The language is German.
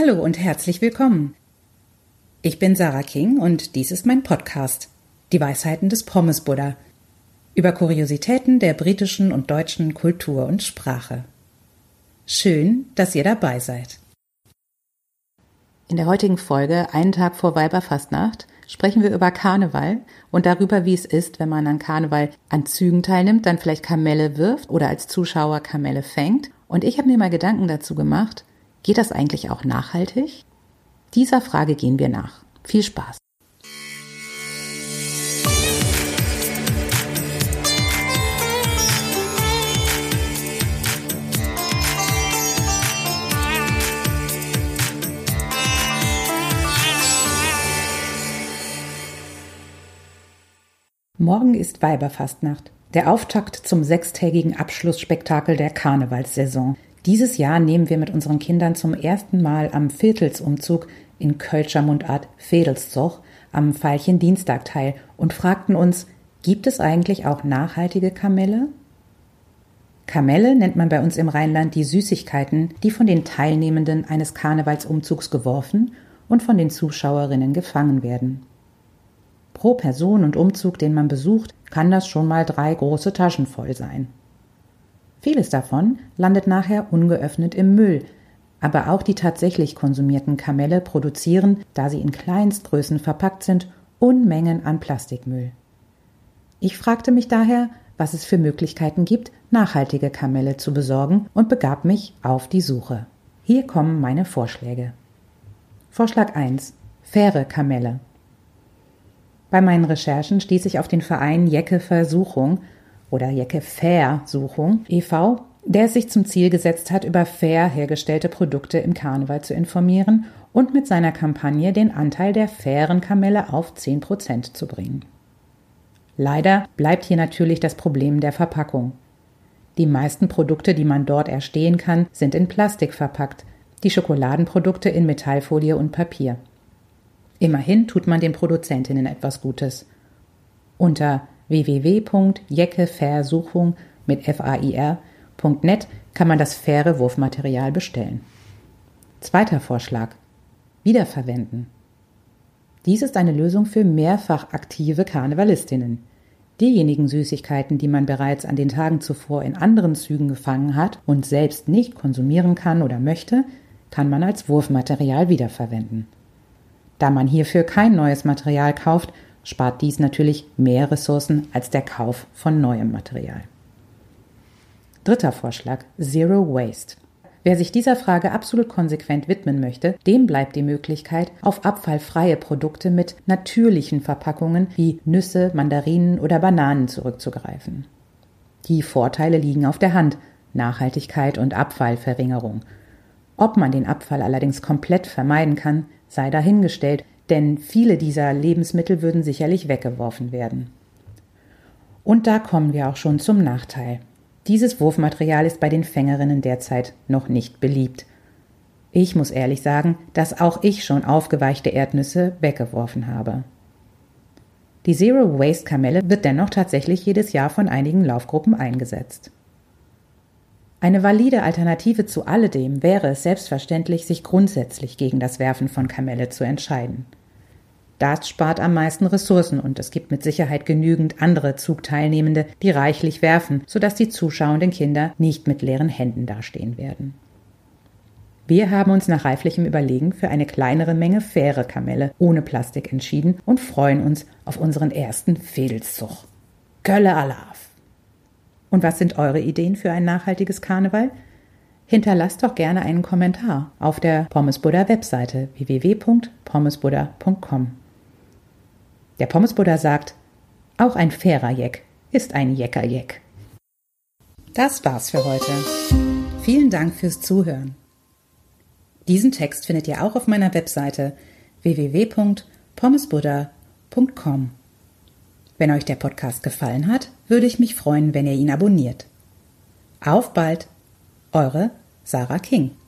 Hallo und herzlich willkommen. Ich bin Sarah King und dies ist mein Podcast, Die Weisheiten des Pommes-Buddha, über Kuriositäten der britischen und deutschen Kultur und Sprache. Schön, dass ihr dabei seid. In der heutigen Folge, einen Tag vor Weiberfastnacht, sprechen wir über Karneval und darüber, wie es ist, wenn man an Karneval an Zügen teilnimmt, dann vielleicht Kamelle wirft oder als Zuschauer Kamelle fängt. Und ich habe mir mal Gedanken dazu gemacht, geht das eigentlich auch nachhaltig? Dieser Frage gehen wir nach. Viel Spaß! Morgen ist Weiberfastnacht, der Auftakt zum 6-tägigen Abschlussspektakel der Karnevalssaison. Dieses Jahr nehmen wir mit unseren Kindern zum ersten Mal am Viertelsumzug, in Kölscher Mundart Vedelszog, am Veilchendienstag teil und fragten uns, gibt es eigentlich auch nachhaltige Kamelle? Kamelle nennt man bei uns im Rheinland die Süßigkeiten, die von den Teilnehmenden eines Karnevalsumzugs geworfen und von den Zuschauerinnen gefangen werden. Pro Person und Umzug, den man besucht, kann das schon mal 3 große Taschen voll sein. Vieles davon landet nachher ungeöffnet im Müll, aber auch die tatsächlich konsumierten Kamelle produzieren, da sie in Kleinstgrößen verpackt sind, Unmengen an Plastikmüll. Ich fragte mich daher, was es für Möglichkeiten gibt, nachhaltige Kamelle zu besorgen und begab mich auf die Suche. Hier kommen meine Vorschläge. Vorschlag 1. Faire Kamelle. Bei meinen Recherchen stieß ich auf den Verein Jecke Versuchung oder Jecke Versuchung e.V., der es sich zum Ziel gesetzt hat, über fair hergestellte Produkte im Karneval zu informieren und mit seiner Kampagne den Anteil der fairen Kamelle auf 10% zu bringen. Leider bleibt hier natürlich das Problem der Verpackung. Die meisten Produkte, die man dort erstehen kann, sind in Plastik verpackt, die Schokoladenprodukte in Metallfolie und Papier. Immerhin tut man den Produzentinnen etwas Gutes. Unter www.jeckeversuchung mit FAIR.net kann man das faire Wurfmaterial bestellen. Zweiter Vorschlag: Wiederverwenden. Dies ist eine Lösung für mehrfach aktive Karnevalistinnen. Diejenigen Süßigkeiten, die man bereits an den Tagen zuvor in anderen Zügen gefangen hat und selbst nicht konsumieren kann oder möchte, kann man als Wurfmaterial wiederverwenden. Da man hierfür kein neues Material kauft, spart dies natürlich mehr Ressourcen als der Kauf von neuem Material. Dritter Vorschlag: Zero Waste. Wer sich dieser Frage absolut konsequent widmen möchte, dem bleibt die Möglichkeit, auf abfallfreie Produkte mit natürlichen Verpackungen wie Nüsse, Mandarinen oder Bananen zurückzugreifen. Die Vorteile liegen auf der Hand: Nachhaltigkeit und Abfallverringerung. Ob man den Abfall allerdings komplett vermeiden kann, sei dahingestellt, denn viele dieser Lebensmittel würden sicherlich weggeworfen werden. Und da kommen wir auch schon zum Nachteil. Dieses Wurfmaterial ist bei den Fängerinnen derzeit noch nicht beliebt. Ich muss ehrlich sagen, dass auch ich schon aufgeweichte Erdnüsse weggeworfen habe. Die Zero-Waste-Kamelle wird dennoch tatsächlich jedes Jahr von einigen Laufgruppen eingesetzt. Eine valide Alternative zu alledem wäre es selbstverständlich, sich grundsätzlich gegen das Werfen von Kamelle zu entscheiden. Das spart am meisten Ressourcen und es gibt mit Sicherheit genügend andere Zugteilnehmende, die reichlich werfen, sodass die zuschauenden Kinder nicht mit leeren Händen dastehen werden. Wir haben uns nach reiflichem Überlegen für eine kleinere Menge faire Kamelle ohne Plastik entschieden und freuen uns auf unseren ersten Vedelszug. Kölle Alaf! Und was sind eure Ideen für ein nachhaltiges Karneval? Hinterlasst doch gerne einen Kommentar auf der Pommes-Buddha-Webseite www.pommesbuddha.com. Der Pommes-Buddha sagt, auch ein fairer Jeck ist ein Jecker-Jeck. Das war's für heute. Vielen Dank fürs Zuhören. Diesen Text findet ihr auch auf meiner Webseite www.pommesbuddha.com. Wenn euch der Podcast gefallen hat, würde ich mich freuen, wenn ihr ihn abonniert. Auf bald, eure Sarah King.